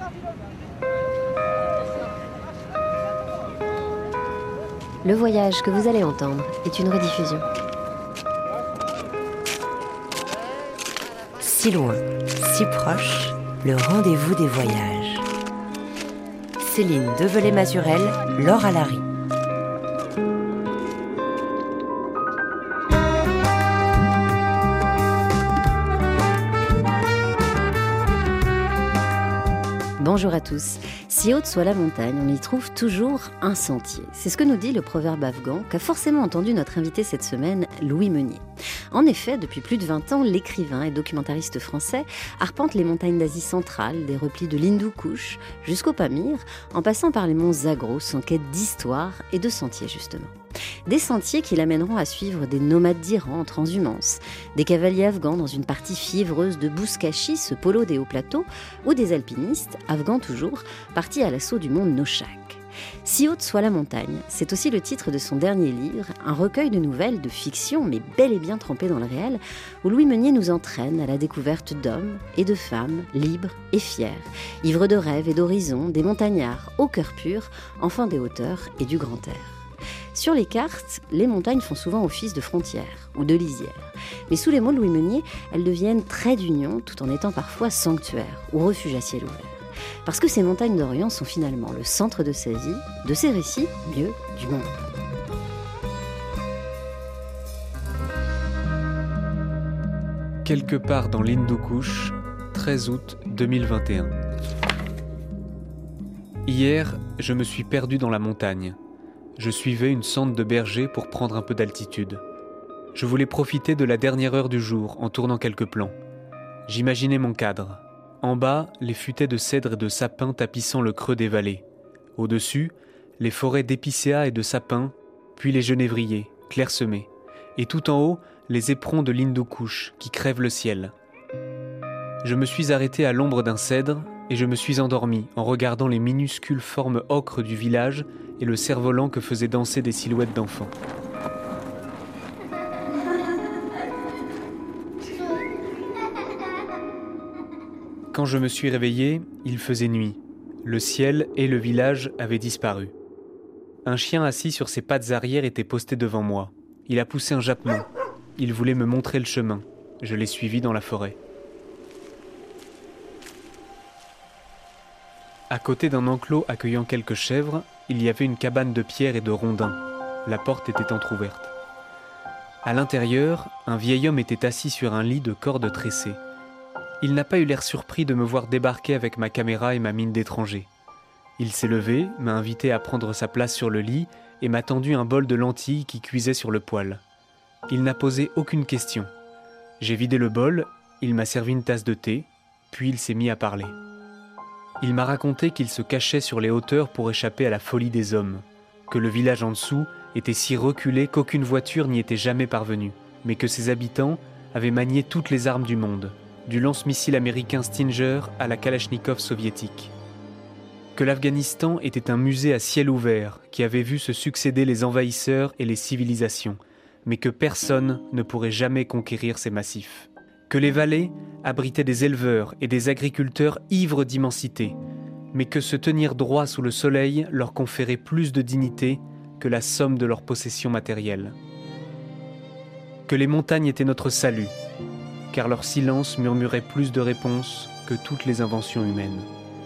Le voyage que vous allez entendre est une rediffusion. Si loin, si proche, le rendez-vous des voyages. Céline Develay-Mazurel, Laure Alary. Bonjour à tous. Si haute soit la montagne, on y trouve toujours un sentier. C'est ce que nous dit le proverbe afghan qu'a forcément entendu notre invité cette semaine, Louis Meunier. En effet, depuis plus de 20 ans, l'écrivain et documentariste français arpente les montagnes d'Asie centrale, des replis de l'Hindou-Kush jusqu'au Pamir, en passant par les monts Zagros en quête d'histoire et de sentiers justement. Des sentiers qui l'amèneront à suivre des nomades d'Iran en transhumance, des cavaliers afghans dans une partie fiévreuse de Buzkashi, ce polo des hauts plateaux, ou des alpinistes, afghans toujours, partis à l'assaut du mont Noshak. Si haute soit la montagne, c'est aussi le titre de son dernier livre, un recueil de nouvelles, de fiction, mais bel et bien trempé dans le réel, où Louis Meunier nous entraîne à la découverte d'hommes et de femmes libres et fiers, ivres de rêves et d'horizons, des montagnards au cœur pur, enfants des hauteurs et du grand air. Sur les cartes, les montagnes font souvent office de frontières ou de lisières. Mais sous les mots de Louis Meunier, elles deviennent traits d'union tout en étant parfois sanctuaires ou refuges à ciel ouvert. Parce que ces montagnes d'Orient sont finalement le centre de sa vie, de ses récits, mieux, du monde. Quelque part dans l'Hindou-Kush, 13 août 2021. Hier, je me suis perdu dans la montagne. Je suivais une sente de berger pour prendre un peu d'altitude. Je voulais profiter de la dernière heure du jour en tournant quelques plans. J'imaginais mon cadre. En bas, les futaies de cèdres et de sapins tapissant le creux des vallées. Au-dessus, les forêts d'épicéas et de sapins, puis les genévriers, clairsemés. Et tout en haut, les éperons de l'Hindou-Kush qui crèvent le ciel. Je me suis arrêté à l'ombre d'un cèdre et je me suis endormi en regardant les minuscules formes ocres du village et le cerf-volant que faisaient danser des silhouettes d'enfants. Quand je me suis réveillé, il faisait nuit. Le ciel et le village avaient disparu. Un chien assis sur ses pattes arrière était posté devant moi. Il a poussé un jappement. Il voulait me montrer le chemin. Je l'ai suivi dans la forêt. À côté d'un enclos accueillant quelques chèvres, il y avait une cabane de pierre et de rondins. La porte était entr'ouverte. À l'intérieur, un vieil homme était assis sur un lit de cordes tressées. Il n'a pas eu l'air surpris de me voir débarquer avec ma caméra et ma mine d'étranger. Il s'est levé, m'a invité à prendre sa place sur le lit et m'a tendu un bol de lentilles qui cuisait sur le poêle. Il n'a posé aucune question. J'ai vidé le bol, il m'a servi une tasse de thé, puis il s'est mis à parler. Il m'a raconté qu'il se cachait sur les hauteurs pour échapper à la folie des hommes, que le village en dessous était si reculé qu'aucune voiture n'y était jamais parvenue, mais que ses habitants avaient manié toutes les armes du monde, du lance-missile américain Stinger à la Kalachnikov soviétique. Que l'Afghanistan était un musée à ciel ouvert qui avait vu se succéder les envahisseurs et les civilisations, mais que personne ne pourrait jamais conquérir ces massifs. Que les vallées abritaient des éleveurs et des agriculteurs ivres d'immensité, mais que se tenir droit sous le soleil leur conférait plus de dignité que la somme de leurs possessions matérielles. Que les montagnes étaient notre salut, car leur silence murmurait plus de réponses que toutes les inventions humaines.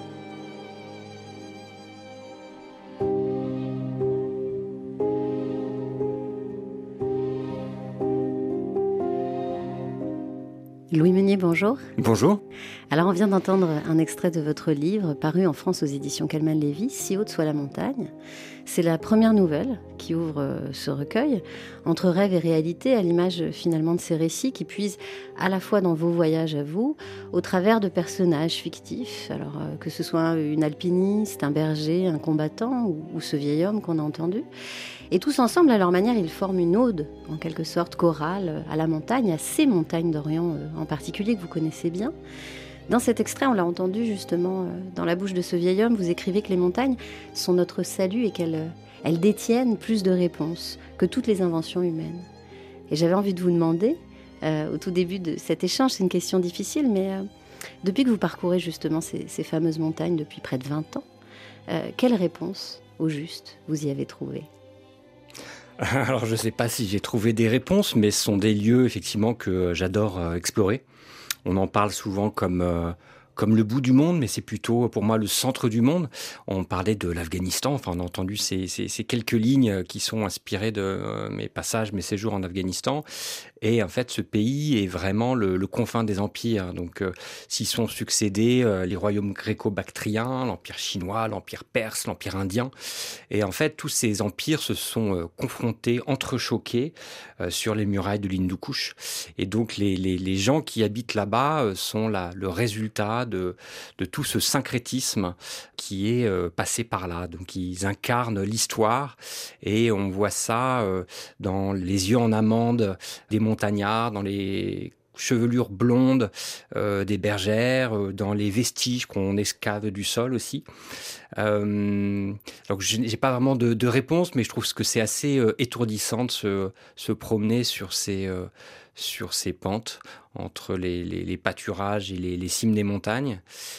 Louis Meunier, bonjour. Bonjour. Alors on vient d'entendre un extrait de votre livre paru en France aux éditions Calman-Lévy, Si haute soit la montagne. C'est la première nouvelle qui ouvre ce recueil, entre rêve et réalité, à l'image finalement de ces récits qui puisent à la fois dans vos voyages à vous, au travers de personnages fictifs, alors que ce soit une alpiniste, un berger, un combattant ou ce vieil homme qu'on a entendu. Et tous ensemble, à leur manière, ils forment une ode, en quelque sorte chorale, à la montagne, à ces montagnes d'Orient en particulier que vous connaissez bien. Dans cet extrait, on l'a entendu justement dans la bouche de ce vieil homme, vous écrivez que les montagnes sont notre salut et qu'elles détiennent plus de réponses que toutes les inventions humaines. Et j'avais envie de vous demander, au tout début de cet échange, c'est une question difficile, mais Depuis que vous parcourez justement ces fameuses montagnes depuis près de 20 ans, quelle réponse, au juste, vous y avez trouvé ? Alors je ne sais pas si j'ai trouvé des réponses, mais ce sont des lieux effectivement que j'adore explorer. On en parle souvent comme le bout du monde, mais c'est plutôt pour moi le centre du monde. On parlait de l'Afghanistan, enfin on a entendu ces quelques lignes qui sont inspirées de mes passages, mes séjours en Afghanistan. Et en fait, ce pays est vraiment le confin des empires. Donc, s'y sont succédés les royaumes gréco-bactriens, l'empire chinois, l'empire perse, l'empire indien. Et en fait, tous ces empires se sont confrontés, entrechoqués sur les murailles de l'Hindu-Kush. Et donc, les gens qui habitent là-bas sont le résultat de tout ce syncrétisme qui est passé par là. Donc, ils incarnent l'histoire et on voit ça dans les yeux en amande des montagnards, dans les chevelures blondes des bergères, dans les vestiges qu'on escave du sol aussi. Donc j'ai pas vraiment de réponse, mais je trouve que c'est assez étourdissant de se promener sur ces pentes entre les pâturages et les cimes des montagnes.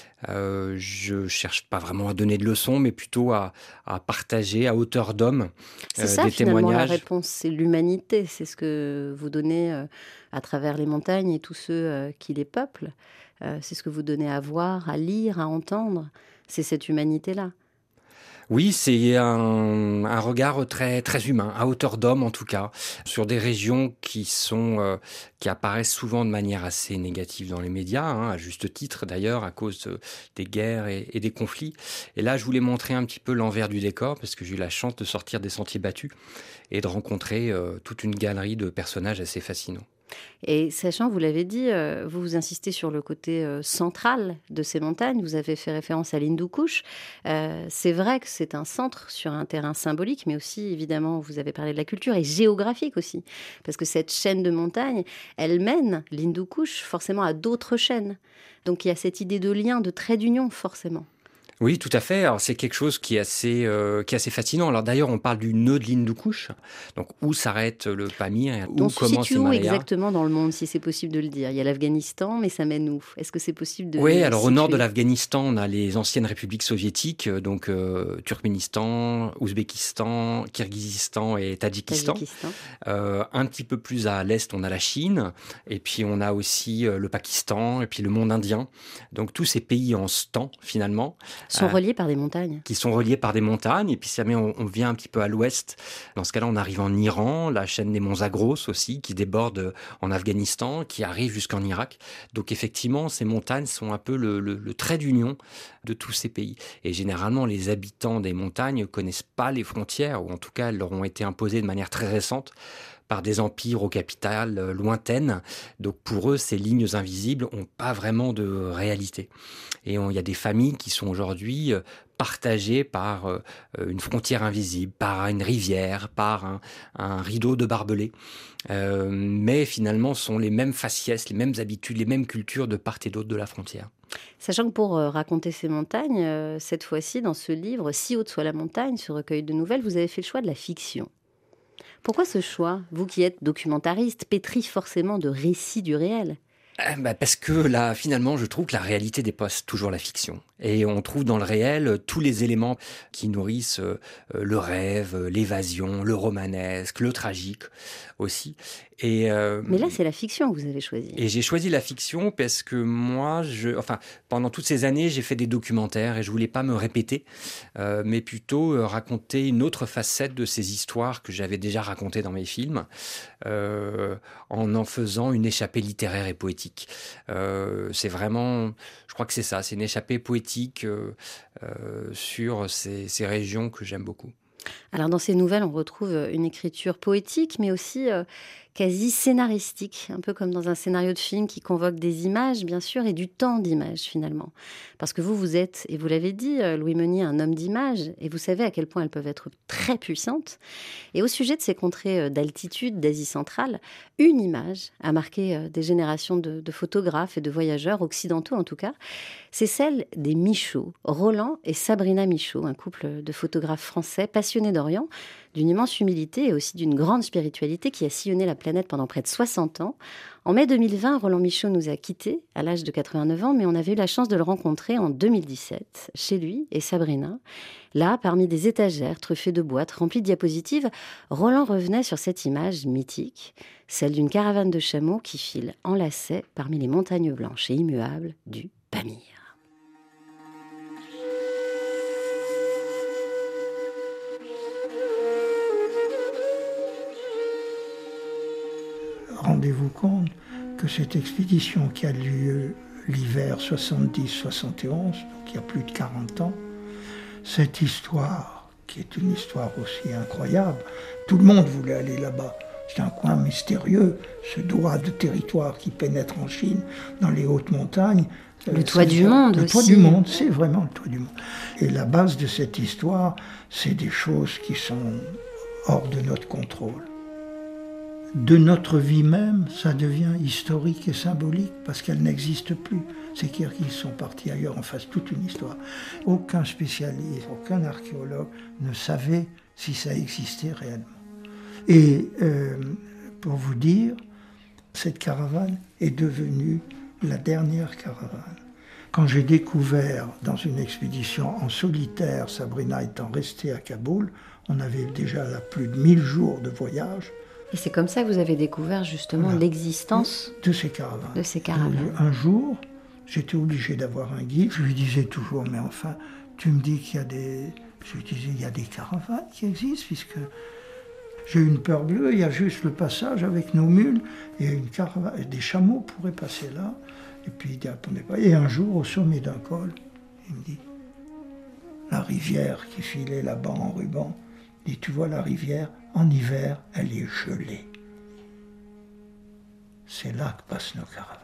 Je cherche pas vraiment à donner de leçons, mais plutôt à partager à hauteur d'homme c'est ça, des finalement, témoignages. la réponse, c'est l'humanité. C'est ce que vous donnez à travers les montagnes et tous ceux qui les peuplent. C'est ce que vous donnez à voir, à lire, à entendre. C'est cette humanité-là. Oui, c'est un regard très très humain, à hauteur d'homme en tout cas, sur des régions qui apparaissent souvent de manière assez négative dans les médias, à juste titre d'ailleurs, à cause des guerres et des conflits. Et là, je voulais montrer un petit peu l'envers du décor, parce que j'ai eu la chance de sortir des sentiers battus et de rencontrer toute une galerie de personnages assez fascinants. Et sachant, vous l'avez dit, vous insistez sur le côté central de ces montagnes. Vous avez fait référence à l'Hindu-Kush. C'est vrai que c'est un centre sur un terrain symbolique, mais aussi, évidemment, vous avez parlé de la culture et géographique aussi. Parce que cette chaîne de montagnes, elle mène l'Hindu-Kush forcément à d'autres chaînes. Donc il y a cette idée de lien, de trait d'union, forcément. Oui, tout à fait. Alors, c'est quelque chose qui est assez fascinant. Alors, d'ailleurs, on parle du nœud de l'Hindu-Kush. Donc, où s'arrête le Pamir, où commence situe où l'Himalaya. exactement dans le monde, si c'est possible de le dire ? Il y a l'Afghanistan, mais ça mène où ? Est-ce que c'est possible de Oui, alors au nord de situer ? l'Afghanistan, on a les anciennes républiques soviétiques, donc Turkménistan, Ouzbékistan, Kirghizistan et Tadjikistan. Un petit peu plus à l'est, on a la Chine, et puis on a aussi le Pakistan, et puis le monde indien. Donc tous ces pays en stan, finalement. Sont reliés par des montagnes. Qui sont reliés par des montagnes. Et puis si jamais on vient un petit peu à l'ouest, dans ce cas-là, on arrive en Iran, la chaîne des monts Zagros aussi, qui déborde en Afghanistan, qui arrive jusqu'en Irak. Donc effectivement, ces montagnes sont un peu le trait d'union de tous ces pays. Et généralement, les habitants des montagnes ne connaissent pas les frontières, ou en tout cas, elles leur ont été imposées de manière très récente par des empires aux capitales lointaines. Donc pour eux, ces lignes invisibles n'ont pas vraiment de réalité. Et il y a des familles qui sont aujourd'hui partagées par une frontière invisible, par une rivière, par un rideau de barbelés. Mais finalement, ce sont les mêmes faciès, les mêmes habitudes, les mêmes cultures de part et d'autre de la frontière. Sachant que pour raconter ces montagnes, cette fois-ci, dans ce livre « Si haute soit la montagne », ce recueil de nouvelles, vous avez fait le choix de la fiction. Pourquoi ce choix ? Vous qui êtes documentariste, pétri forcément de récits du réel. Parce que là, finalement, je trouve que la réalité dépasse toujours la fiction. Et on trouve dans le réel tous les éléments qui nourrissent le rêve, l'évasion, le romanesque, le tragique aussi. Mais là, c'est la fiction que vous avez choisie. Et j'ai choisi la fiction parce que moi, pendant toutes ces années, j'ai fait des documentaires et je voulais pas me répéter, mais plutôt raconter une autre facette de ces histoires que j'avais déjà racontées dans mes films, en faisant une échappée littéraire et poétique. C'est vraiment, je crois que c'est ça, c'est une échappée poétique sur ces régions que j'aime beaucoup. Alors dans ces nouvelles, on retrouve une écriture poétique, mais aussi quasi scénaristique, un peu comme dans un scénario de film qui convoque des images, bien sûr, et du temps d'image, finalement. Parce que vous êtes, et vous l'avez dit, Louis Meunier, un homme d'image, et vous savez à quel point elles peuvent être très puissantes. Et au sujet de ces contrées d'altitude, d'Asie centrale, une image a marqué des générations de photographes et de voyageurs, occidentaux en tout cas, c'est celle des Michaud, Roland et Sabrina Michaud, un couple de photographes français passionnés d'Orient, d'une immense humilité et aussi d'une grande spiritualité qui a sillonné la planète pendant près de 60 ans. En mai 2020, Roland Michaud nous a quittés à l'âge de 89 ans, mais on avait eu la chance de le rencontrer en 2017, chez lui et Sabrina. Là, parmi des étagères truffées de boîtes remplies de diapositives, Roland revenait sur cette image mythique, celle d'une caravane de chameaux qui file en lacets parmi les montagnes blanches et immuables du Pamir. Rendez-vous compte que cette expédition qui a lieu l'hiver 70-71, donc il y a plus de 40 ans, cette histoire, qui est une histoire aussi incroyable, tout le monde voulait aller là-bas. C'est un coin mystérieux, ce doigt de territoire qui pénètre en Chine, dans les hautes montagnes. Le toit du monde aussi. Le toit du monde, c'est vraiment le toit du monde. Et la base de cette histoire, c'est des choses qui sont hors de notre contrôle. De notre vie même, ça devient historique et symbolique parce qu'elle n'existe plus. Ces Kirghizes sont partis ailleurs, on fasse toute une histoire. Aucun spécialiste, aucun archéologue ne savait si ça existait réellement. Et pour vous dire, cette caravane est devenue la dernière caravane. Quand j'ai découvert dans une expédition en solitaire, Sabrina étant restée à Kaboul, on avait déjà là plus de 1000 jours de voyage. Et c'est comme ça que vous avez découvert justement l'existence de ces caravanes. De ces caravanes. Un jour, j'étais obligé d'avoir un guide. Je lui disais toujours, mais enfin, tu me dis qu'il y a des... Je lui disais, il y a des caravanes qui existent, puisque j'ai une peur bleue, il y a juste le passage avec nos mules, et une caravane, des chameaux pourraient passer là. Et puis il ne répondait pas. Et un jour, au sommet d'un col, il me dit, la rivière qui filait là-bas en ruban, il dit, tu vois la rivière, en hiver, elle est gelée. C'est là que passent nos caravanes.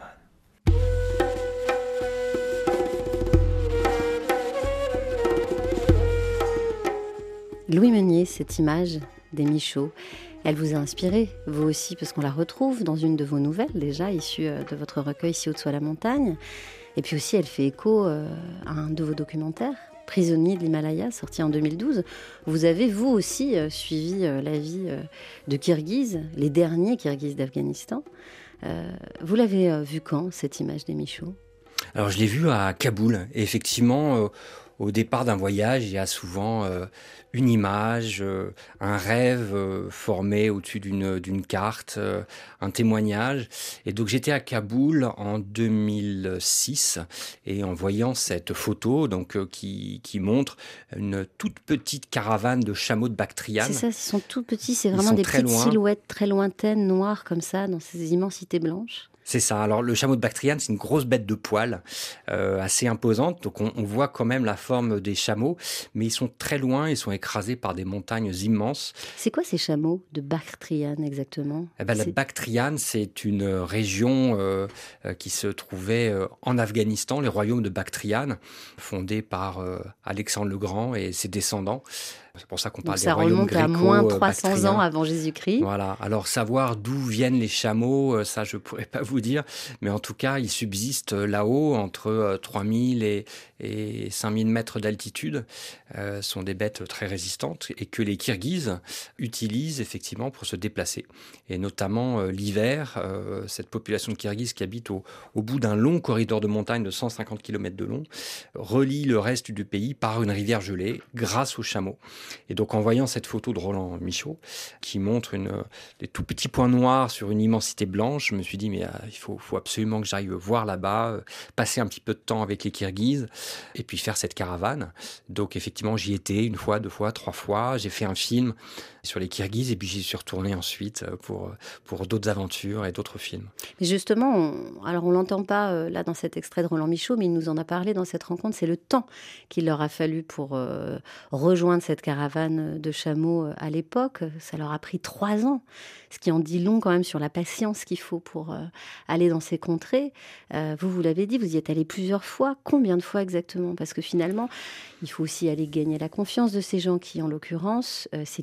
Louis Meunier, cette image des Michauds, elle vous a inspiré, vous aussi, parce qu'on la retrouve dans une de vos nouvelles, déjà, issue de votre recueil Si haut soit la montagne. Et puis aussi, elle fait écho à un de vos documentaires, Prisonnier de l'Himalaya, sorti en 2012. Vous avez, vous aussi, suivi la vie de Kirghizes, les derniers Kirghizes d'Afghanistan. Vous l'avez vu quand, cette image des Michauds ? Alors, je l'ai vu à Kaboul. Et effectivement, au départ d'un voyage, il y a souvent une image, un rêve formé au-dessus d'une carte, un témoignage. Et donc j'étais à Kaboul en 2006 et en voyant cette photo qui montre une toute petite caravane de chameaux de Bactriane. C'est ça, ils sont tout petits, c'est vraiment des petites silhouettes très lointaines, noires comme ça, dans ces immensités blanches. C'est ça. Alors, le chameau de Bactriane, c'est une grosse bête de poil, assez imposante. Donc, on voit quand même la forme des chameaux, mais ils sont très loin, ils sont écrasés par des montagnes immenses. C'est quoi ces chameaux de Bactriane exactement ? La Bactriane, c'est une région qui se trouvait en Afghanistan, les royaumes de Bactriane, fondés par Alexandre le Grand et ses descendants. C'est pour ça qu'on parle des royaumes gréco-bactriens. Ça remonte à moins 300 ans avant Jésus-Christ. Voilà. Alors, savoir d'où viennent les chameaux, ça, je ne pourrais pas vous dire. Mais en tout cas, ils subsistent là-haut, entre 3000 et 5000 mètres d'altitude. Sont des bêtes très résistantes et que les Kirghizes utilisent effectivement pour se déplacer. Et notamment l'hiver, cette population de Kirghizes qui habite au bout d'un long corridor de montagne de 150 km de long, relie le reste du pays par une rivière gelée grâce aux chameaux. Et donc, en voyant cette photo de Roland Michaud, qui montre des tout petits points noirs sur une immensité blanche, je me suis dit, mais il faut absolument que j'arrive voir là-bas, passer un petit peu de temps avec les Kirghizes, et puis faire cette caravane. Donc, effectivement, j'y étais 1 fois, 2 fois, 3 fois. J'ai fait un film sur les Kirghizes, et puis j'y suis retourné ensuite pour d'autres aventures et d'autres films. Mais justement, on l'entend pas là dans cet extrait de Roland Michaud, mais il nous en a parlé dans cette rencontre. C'est le temps qu'il leur a fallu pour rejoindre cette caravane de chameaux à l'époque. Ça leur a pris 3 ans, ce qui en dit long quand même sur la patience qu'il faut pour aller dans ces contrées. Vous l'avez dit, vous y êtes allé plusieurs fois. Combien de fois exactement ? Parce que finalement, il faut aussi aller gagner la confiance de ces gens qui, en l'occurrence, ces Kirghizes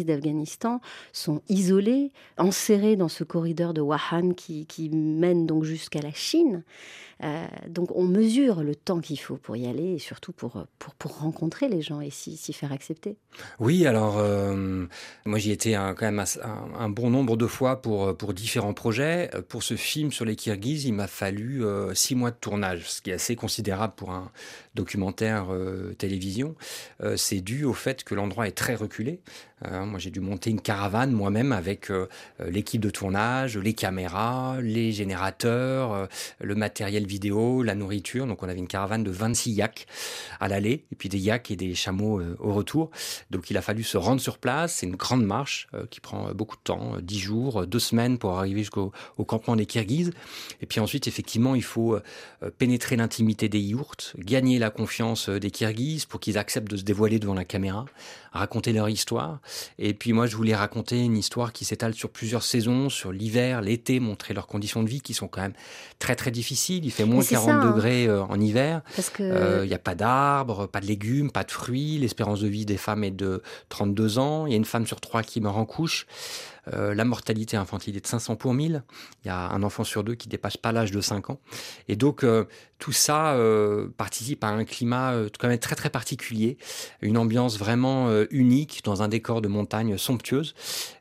d'Afghanistan sont isolés, enserrés dans ce corridor de Wuhan qui mène donc jusqu'à la Chine. Donc on mesure le temps qu'il faut pour y aller et surtout pour rencontrer les gens et s'y faire accepter. Oui, alors moi j'y étais quand même un bon nombre de fois pour différents projets. Pour ce film sur les Kirghizes, il m'a fallu 6 mois de tournage, ce qui est assez considérable pour un documentaire télévision. C'est dû au fait que l'endroit est très reculé. Moi j'ai dû monter une caravane moi-même avec l'équipe de tournage, les caméras, les générateurs, le matériel vidéo, la nourriture. Donc on avait une caravane de 26 yaks à l'aller et puis des yaks et des chameaux au retour. Donc il a fallu se rendre sur place. C'est une grande marche qui prend beaucoup de temps, 10 jours, 2 semaines pour arriver jusqu'au campement des Kirghizes. Et puis ensuite, effectivement, il faut pénétrer l'intimité des yourtes, gagner la confiance des Kirghizes pour qu'ils acceptent de se dévoiler devant la caméra, raconter leur histoire. Et puis moi, je voulais raconter une histoire qui s'étale sur plusieurs saisons, sur l'hiver, l'été, montrer leurs conditions de vie qui sont quand même très très difficiles. Il fait moins 40 degrés en hiver. Parce que... n'y a pas d'arbres, pas de légumes, pas de fruits. L'espérance de vie des femmes est de 32 ans. Il y a une femme sur 3 qui meurt en couche. La mortalité infantile est de 500 pour 1000. Il y a un enfant sur 2 qui dépasse pas l'âge de 5 ans. Et donc, tout ça participe à un climat quand même très très particulier. Une ambiance vraiment unique dans un décor de montagne somptueuse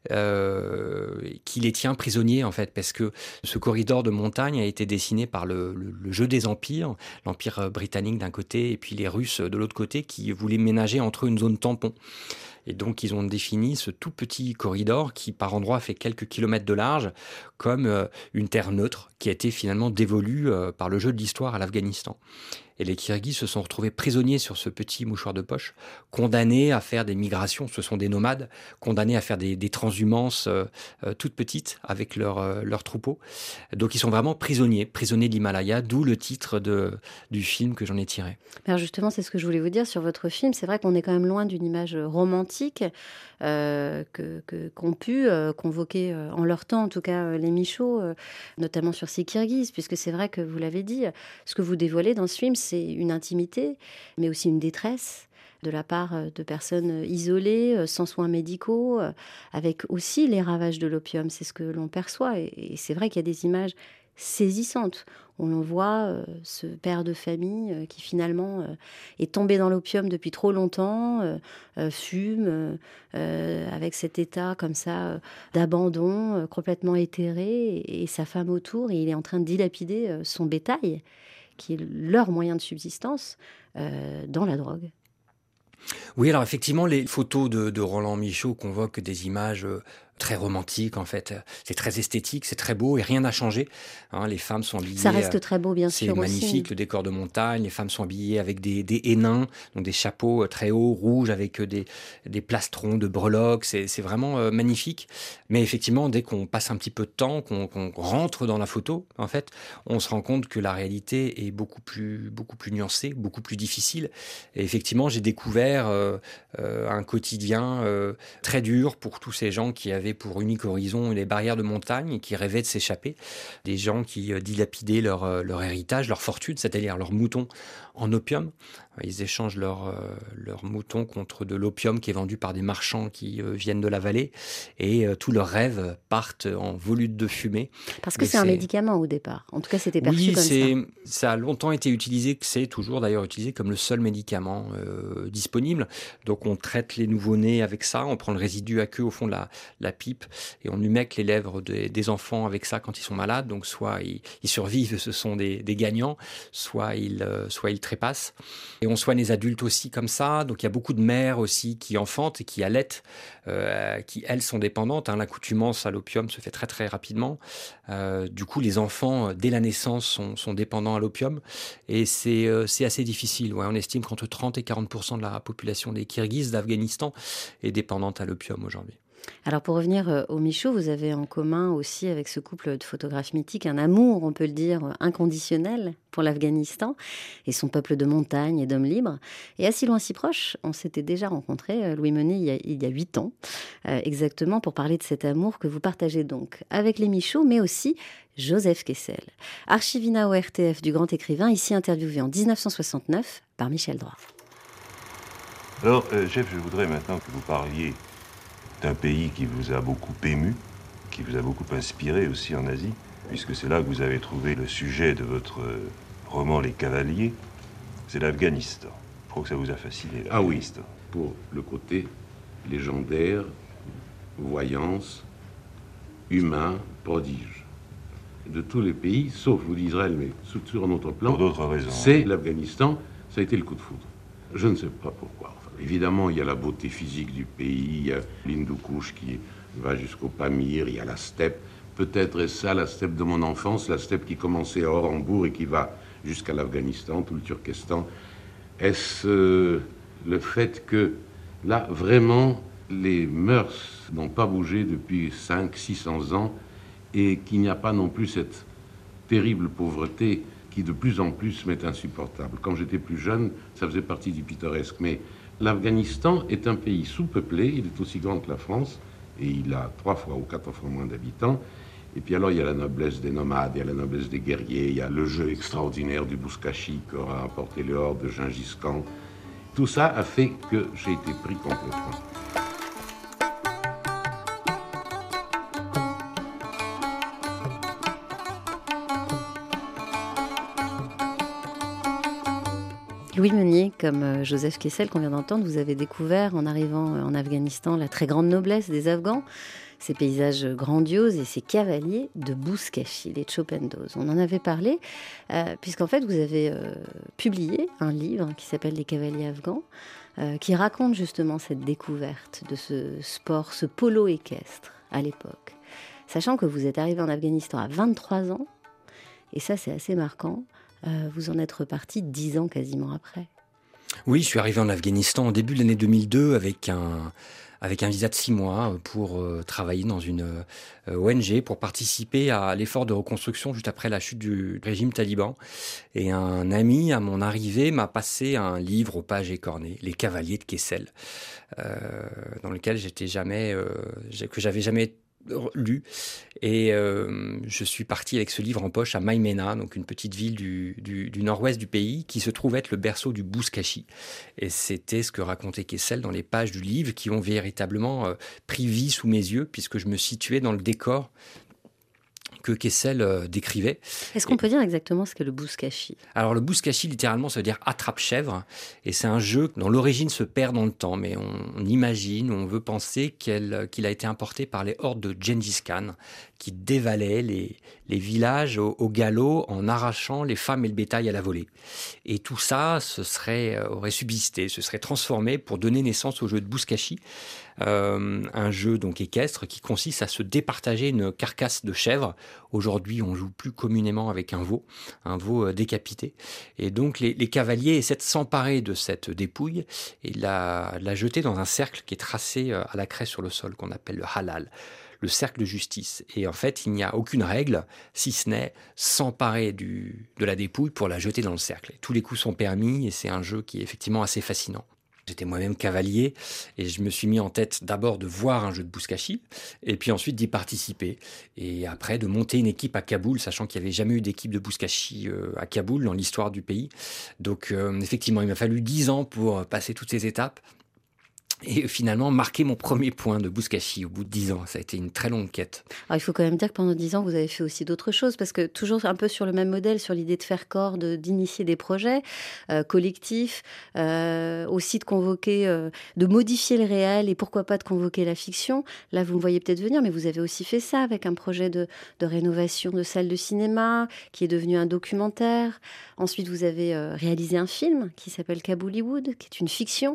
qui les tient prisonniers en fait, parce que ce corridor de montagne a été dessiné par le jeu des empires, l'empire britannique d'un côté et puis les Russes de l'autre côté qui voulaient ménager entre eux une zone tampon. Et donc, ils ont défini ce tout petit corridor qui, par endroits, fait quelques kilomètres de large, comme une terre neutre qui a été finalement dévolue par le jeu de l'histoire à l'Afghanistan. Et les Kirghizes se sont retrouvés prisonniers sur ce petit mouchoir de poche, condamnés à faire des migrations, ce sont des nomades, condamnés à faire des transhumances toutes petites avec leurs troupeaux. Donc ils sont vraiment prisonniers de l'Himalaya, d'où le titre du film que j'en ai tiré. Alors justement, c'est ce que je voulais vous dire sur votre film. C'est vrai qu'on est quand même loin d'une image romantique qu'ont pu convoquer en leur temps, en tout cas les Michauds, notamment sur ces Kirghizes, puisque c'est vrai que vous l'avez dit, ce que vous dévoilez dans ce film, c'est une intimité, mais aussi une détresse de la part de personnes isolées, sans soins médicaux, avec aussi les ravages de l'opium. C'est ce que l'on perçoit. Et c'est vrai qu'il y a des images saisissantes. On en voit ce père de famille qui finalement est tombé dans l'opium depuis trop longtemps, fume, avec cet état comme ça d'abandon, complètement éthéré, et sa femme autour, et il est en train de dilapider son bétail, qui est leur moyen de subsistance, dans la drogue. Oui, alors effectivement, les photos de Roland Michaud convoquent des images très romantiques, en fait. C'est très esthétique, c'est très beau et rien n'a changé. Les femmes sont habillées... Ça reste très beau, bien sûr. C'est magnifique, aussi. Le décor de montagne. Les femmes sont habillées avec des hénins, donc des chapeaux très hauts, rouges, avec des plastrons de breloques. C'est vraiment magnifique. Mais effectivement, dès qu'on passe un petit peu de temps, qu'on rentre dans la photo, en fait, on se rend compte que la réalité est beaucoup plus nuancée, beaucoup plus difficile. Et effectivement, j'ai découvert un quotidien très dur pour tous ces gens qui avaient pour unique horizon les barrières de montagne et qui rêvaient de s'échapper. Des gens qui dilapidaient leur héritage, leur fortune, c'est-à-dire leurs moutons en opium. Ils échangent leurs moutons contre de l'opium qui est vendu par des marchands qui viennent de la vallée, et tous leurs rêves partent en volutes de fumée. Parce que c'est un médicament au départ. En tout cas, c'était perçu comme ça. Ça a longtemps été utilisé, c'est toujours d'ailleurs utilisé comme le seul médicament disponible. Donc on traite les nouveau-nés avec ça, on prend le résidu aqueux au fond de la pipe et on humecte les lèvres des enfants avec ça quand ils sont malades. Donc soit ils survivent, ce sont des gagnants, soit ils trépassent. Et on soigne les adultes aussi comme ça. Donc il y a beaucoup de mères aussi qui enfantent et qui allaitent, qui elles sont dépendantes. L'accoutumance à l'opium se fait très très rapidement. Du coup les enfants dès la naissance sont dépendants à l'opium et c'est assez difficile. Ouais, on estime qu'entre 30 et 40% de la population des Kirghizes d'Afghanistan est dépendante à l'opium aujourd'hui. Alors pour revenir au Michaud, vous avez en commun aussi avec ce couple de photographes mythiques un amour, on peut le dire, inconditionnel pour l'Afghanistan et son peuple de montagne et d'hommes libres. Et à si loin si proche, on s'était déjà rencontré, Louis Meunier, il y a 8 ans, exactement pour parler de cet amour que vous partagez donc avec les Michauds, mais aussi Joseph Kessel, archivina au RTF du grand écrivain, ici interviewé en 1969 par Michel Droit. Alors, chef, je voudrais maintenant que vous parliez C'est un pays qui vous a beaucoup ému, qui vous a beaucoup inspiré aussi en Asie, puisque c'est là que vous avez trouvé le sujet de votre roman Les Cavaliers. C'est l'Afghanistan. Je crois que ça vous a fasciné, l'Afghanistan. Ah oui, pour le côté légendaire, voyance, humain, prodige. De tous les pays, sauf l'Israël, mais sur un autre plan, pour d'autres raisons, c'est l'Afghanistan, ça a été le coup de foudre. Je ne sais pas pourquoi. Enfin, évidemment, il y a la beauté physique du pays, il y a l'Hindoukouche qui va jusqu'au Pamir, il y a la steppe. Peut-être est ça la steppe de mon enfance, la steppe qui commençait à Orenbourg et qui va jusqu'à l'Afghanistan, tout le Turkestan. Est-ce le fait que, là, vraiment, les mœurs n'ont pas bougé depuis 500-600 ans et qu'il n'y a pas non plus cette terrible pauvreté qui de plus en plus m'est insupportable. Quand j'étais plus jeune, ça faisait partie du pittoresque. Mais l'Afghanistan est un pays sous-peuplé, il est aussi grand que la France, et il a 3 fois ou 4 fois moins d'habitants. Et puis alors, il y a la noblesse des nomades, il y a la noblesse des guerriers, il y a le jeu extraordinaire du Bouskashi qu'aura apporté le hors de Gengis Khan. Tout ça a fait que j'ai été pris complètement. Louis Meunier, comme Joseph Kessel qu'on vient d'entendre, vous avez découvert en arrivant en Afghanistan la très grande noblesse des Afghans, ces paysages grandioses et ces cavaliers de Bouskashi, les Chopendos. On en avait parlé, puisqu'en fait vous avez publié un livre qui s'appelle Les cavaliers afghans, qui raconte justement cette découverte de ce sport, ce polo équestre à l'époque. Sachant que vous êtes arrivé en Afghanistan à 23 ans, et ça c'est assez marquant, vous en êtes reparti 10 ans quasiment après. Oui, je suis arrivé en Afghanistan au début de l'année 2002 avec un visa de 6 mois pour travailler dans une ONG, pour participer à l'effort de reconstruction juste après la chute du régime taliban. Et un ami, à mon arrivée, m'a passé un livre aux pages écornées, Les Cavaliers de Kessel, dans lequel que j'avais jamais lu, et je suis parti avec ce livre en poche à Maïmena, donc une petite ville du nord-ouest du pays qui se trouve être le berceau du Bouskashi, et c'était ce que racontait Kessel dans les pages du livre qui ont véritablement pris vie sous mes yeux puisque je me situais dans le décor que Kessel décrivait. Est-ce qu'on peut dire exactement ce qu'est le Bouskashi ? Alors le Bouskashi, littéralement, ça veut dire attrape-chèvre, et c'est un jeu dont l'origine se perd dans le temps, mais on imagine, on veut penser qu'il a été importé par les hordes de Gengis Khan, qui dévalaient les villages au galop en arrachant les femmes et le bétail à la volée. Et tout ça aurait subsisté, se serait transformé pour donner naissance au jeu de Bouskashi, un jeu donc équestre qui consiste à se départager une carcasse de chèvre. Aujourd'hui, on joue plus communément avec un veau décapité. Et donc les cavaliers essaient de s'emparer de cette dépouille et la jeter dans un cercle qui est tracé à la craie sur le sol, qu'on appelle le halal, le cercle de justice. Et en fait, il n'y a aucune règle, si ce n'est s'emparer de la dépouille pour la jeter dans le cercle. Et tous les coups sont permis et c'est un jeu qui est effectivement assez fascinant. J'étais moi-même cavalier et je me suis mis en tête d'abord de voir un jeu de Bouskashi et puis ensuite d'y participer. Et après de monter une équipe à Kaboul, sachant qu'il n'y avait jamais eu d'équipe de Bouskashi à Kaboul dans l'histoire du pays. Donc effectivement, il m'a fallu 10 ans pour passer toutes ces étapes. Et finalement, marquer mon premier point de Bouskashi au bout de 10 ans. Ça a été une très longue quête. Alors, il faut quand même dire que pendant 10 ans, vous avez fait aussi d'autres choses, parce que toujours un peu sur le même modèle, sur l'idée de faire corps, d'initier des projets collectifs, aussi de convoquer, de modifier le réel et pourquoi pas de convoquer la fiction. Là, vous me voyez peut-être venir, mais vous avez aussi fait ça avec un projet de rénovation de salle de cinéma qui est devenu un documentaire. Ensuite, vous avez réalisé un film qui s'appelle Kabouliwood, qui est une fiction,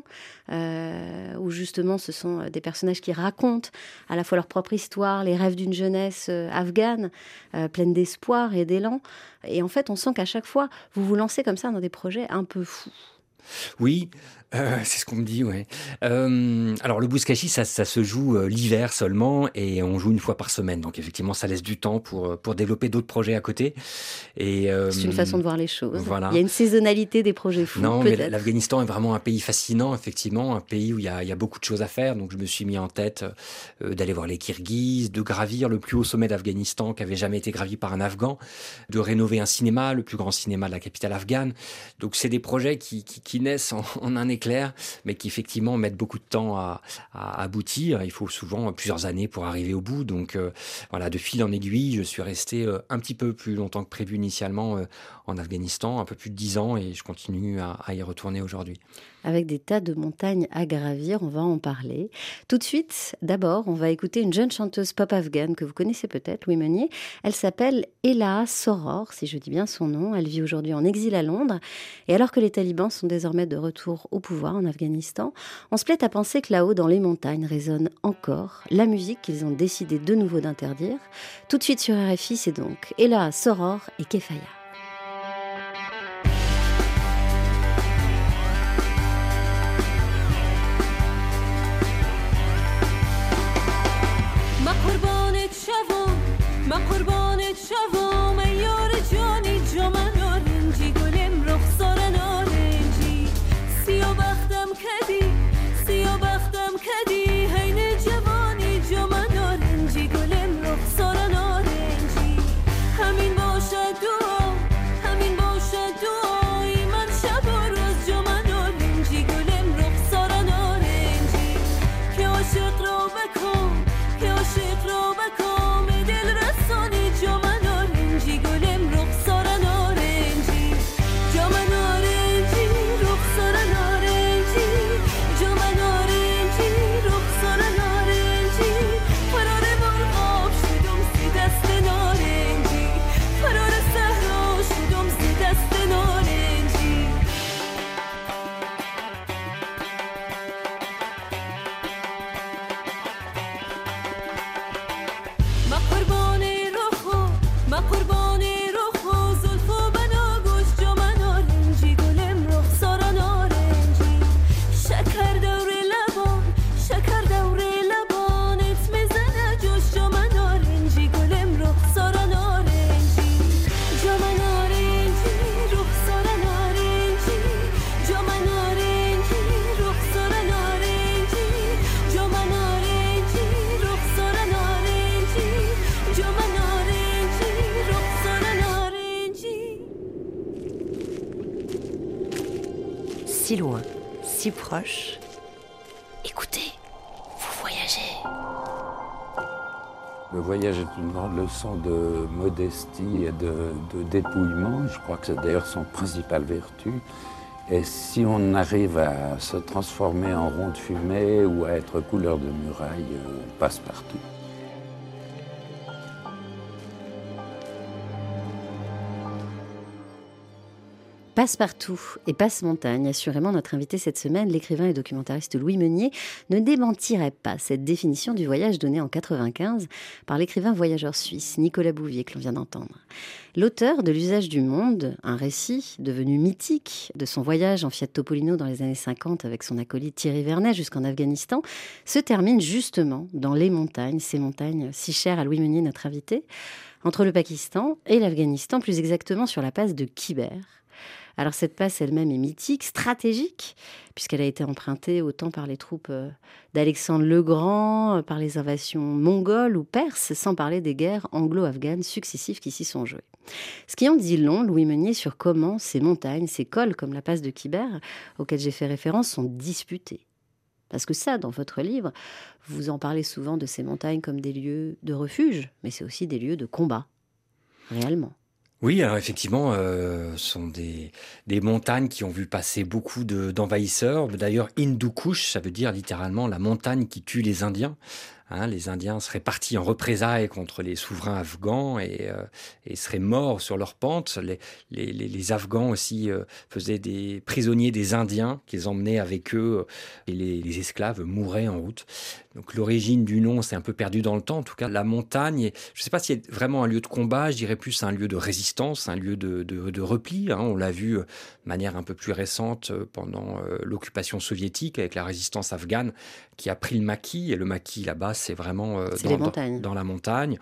où justement ce sont des personnages qui racontent à la fois leur propre histoire, les rêves d'une jeunesse afghane, pleine d'espoir et d'élan. Et en fait, on sent qu'à chaque fois, vous vous lancez comme ça dans des projets un peu fous. Oui, c'est ce qu'on me dit, ouais. Alors le Bouskashi, ça se joue l'hiver seulement et on joue une fois par semaine. Donc effectivement, ça laisse du temps pour développer d'autres projets à côté. Et c'est une façon de voir les choses. Voilà. Il y a une saisonnalité des projets fous. Non, mais l'Afghanistan est vraiment un pays fascinant, effectivement, un pays où il y a beaucoup de choses à faire. Donc je me suis mis en tête d'aller voir les Kirghizes, de gravir le plus haut sommet d'Afghanistan qui avait jamais été gravi par un Afghan, de rénover un cinéma, le plus grand cinéma de la capitale afghane. Donc c'est des projets qui naissent en un éclat clairs, mais qui effectivement mettent beaucoup de temps à aboutir. Il faut souvent plusieurs années pour arriver au bout. Donc voilà, de fil en aiguille, je suis resté un petit peu plus longtemps que prévu initialement en Afghanistan, un peu plus de 10 ans, et je continue à y retourner aujourd'hui. Avec des tas de montagnes à gravir, on va en parler. Tout de suite, d'abord, on va écouter une jeune chanteuse pop afghane que vous connaissez peut-être, Louis Meunier. Elle s'appelle Ela Soror, si je dis bien son nom. Elle vit aujourd'hui en exil à Londres. Et alors que les talibans sont désormais de retour au pouvoir en Afghanistan, on se plaît à penser que là-haut, dans les montagnes, résonne encore la musique qu'ils ont décidé de nouveau d'interdire. Tout de suite sur RFI, c'est donc Ela Soror et Kefaya. ما قربانت شوم ای یار جانی جامن آرنجی گلم رخسار نارنجی سیاه بختم کدی هین جوانی جامن آرنجی گلم رخسار نارنجی همین باشد دعای من شب و روز جامن آرنجی گلم رخسار نارنجی که عاشق را بکن جامن آرنجی گلم رخسار نارنجی جامن آرنجی رخسار نارنجی جامن آرنجی رخسار نارنجی فرار مرغاب شدم زی دست نارنجی فرار صحرا شدم زی دست نارنجی ما قربانی رخو زلفو بناگوش جامن آرنجی گلم رخسار نارنجی شکر دور لبانت میزنه جوش جامن آرنجی گلم رخسار نارنجی جامن آرنجی رخسار نارنجی جامن آرنجی رخسار نارنجی جامن آرنجی رخسار نارنجی جامن Si loin, si proche. Écoutez, vous voyagez. Le voyage est une grande leçon de modestie et de dépouillement. Je crois que c'est d'ailleurs son principale vertu. Et si on arrive à se transformer en rond de fumée ou à être couleur de muraille, on passe partout. Passe-partout et passe-montagne, assurément notre invité cette semaine, l'écrivain et documentariste Louis Meunier, ne démentirait pas cette définition du voyage donnée en 1995 par l'écrivain voyageur suisse Nicolas Bouvier que l'on vient d'entendre. L'auteur de L'usage du monde, un récit devenu mythique de son voyage en Fiat Topolino dans les années 50 avec son acolyte Thierry Vernet jusqu'en Afghanistan, se termine justement dans les montagnes, ces montagnes si chères à Louis Meunier, notre invité, entre le Pakistan et l'Afghanistan, plus exactement sur la passe de Khyber. Alors cette passe elle-même est mythique, stratégique, puisqu'elle a été empruntée autant par les troupes d'Alexandre le Grand, par les invasions mongoles ou perses, sans parler des guerres anglo-afghanes successives qui s'y sont jouées. Ce qui en dit long, Louis Meunier, sur comment ces montagnes, ces cols comme la passe de Khyber, auxquels j'ai fait référence, sont disputées. Parce que ça, dans votre livre, vous en parlez souvent de ces montagnes comme des lieux de refuge, mais c'est aussi des lieux de combat, réellement. Oui, alors effectivement, ce sont des montagnes qui ont vu passer beaucoup d'envahisseurs. D'ailleurs, Hindu Kush, ça veut dire littéralement la montagne qui tue les Indiens. Les Indiens seraient partis en représailles contre les souverains afghans et seraient morts sur leur pente. Les Afghans aussi faisaient des prisonniers des Indiens qu'ils emmenaient avec eux et les esclaves mouraient en route. Donc l'origine du nom s'est un peu perdue dans le temps. En tout cas, la montagne, je ne sais pas si c'est vraiment un lieu de combat, je dirais plus un lieu de résistance, un lieu de repli. On l'a vu de manière un peu plus récente pendant l'occupation soviétique avec la résistance afghane qui a pris le maquis. Et le maquis là-bas, c'est vraiment dans la montagne.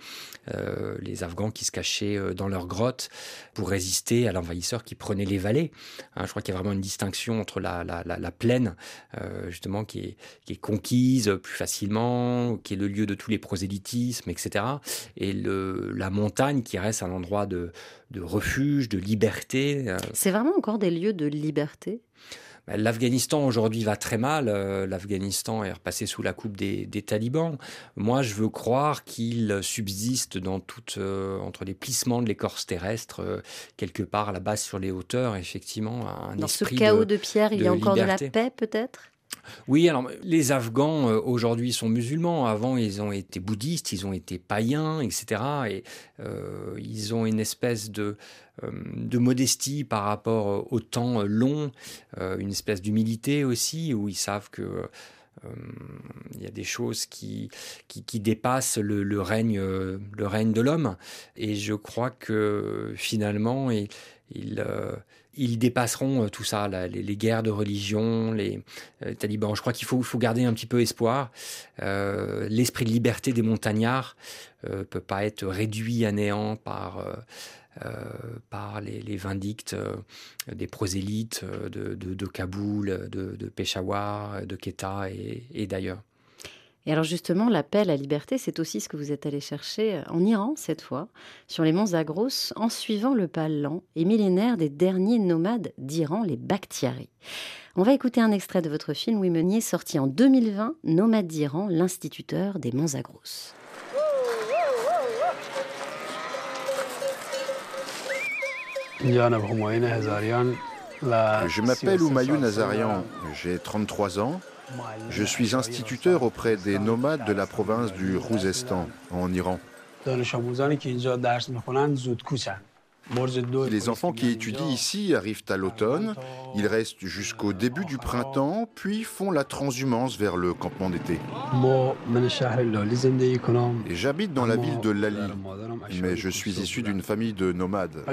Les Afghans qui se cachaient dans leurs grottes pour résister à l'envahisseur qui prenait les vallées. Je crois qu'il y a vraiment une distinction entre la plaine, justement, qui est conquise plus facilement, qui est le lieu de tous les prosélytismes, etc. Et la montagne qui reste un endroit de refuge, de liberté. C'est vraiment encore des lieux de liberté ? L'Afghanistan aujourd'hui va très mal. L'Afghanistan est repassé sous la coupe des talibans. Moi, je veux croire qu'il subsiste entre les plissements de l'écorce terrestre, quelque part là-bas sur les hauteurs, effectivement, un Dans esprit ce chaos de pierre, il y a encore liberté. de la paix peut-être ? Oui, alors les Afghans aujourd'hui sont musulmans. Avant, ils ont été bouddhistes, ils ont été païens, etc. Et ils ont une espèce de modestie par rapport au temps long, une espèce d'humilité aussi, où ils savent que il y a des choses qui dépassent le règne de l'homme. Et je crois que finalement, ils dépasseront tout ça, les guerres de religion, les talibans. Je crois qu'il faut garder un petit peu espoir. L'esprit de liberté des montagnards peut pas être réduit à néant par les vindictes des prosélytes de Kaboul, de Peshawar, de Quetta et d'ailleurs. Et alors justement, la paix, la liberté, c'est aussi ce que vous êtes allé chercher en Iran, cette fois, sur les monts Zagros, en suivant le pas lent et millénaire des derniers nomades d'Iran, les Bakhtiaris. On va écouter un extrait de votre film, Louis Meunier, sorti en 2020, Nomades d'Iran, l'instituteur des monts Zagros. Je m'appelle Humayun Azarian, j'ai 33 ans. Je suis instituteur auprès des nomades de la province du Khouzestan, en Iran. Les enfants qui étudient ici arrivent à l'automne, ils restent jusqu'au début du printemps, puis font la transhumance vers le campement d'été. Et j'habite dans la ville de Lali, mais je suis issu d'une famille de nomades.